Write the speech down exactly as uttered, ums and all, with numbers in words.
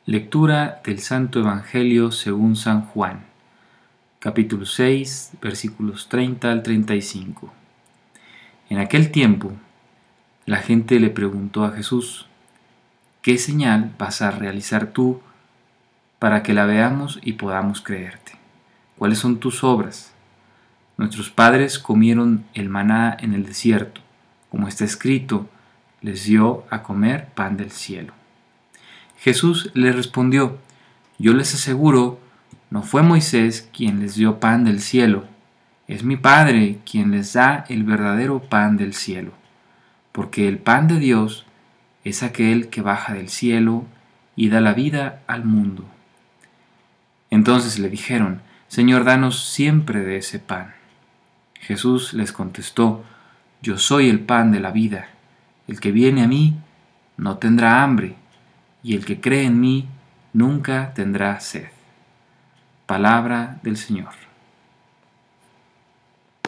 Lectura del Santo Evangelio según San Juan, capítulo seis, versículos treinta al treinta y cinco. En aquel tiempo, la gente le preguntó a Jesús: ¿qué señal vas a realizar tú para que la veamos y podamos creerte? ¿Cuáles son tus obras? Nuestros padres comieron el maná en el desierto, como está escrito, les dio a comer pan del cielo. Jesús les respondió: yo les aseguro, no fue Moisés quien les dio pan del cielo, es mi Padre quien les da el verdadero pan del cielo, porque el pan de Dios es aquel que baja del cielo y da la vida al mundo. Entonces le dijeron: Señor, danos siempre de ese pan. Jesús les contestó: yo soy el pan de la vida, el que viene a mí no tendrá hambre, y el que cree en mí nunca tendrá sed. Palabra del Señor.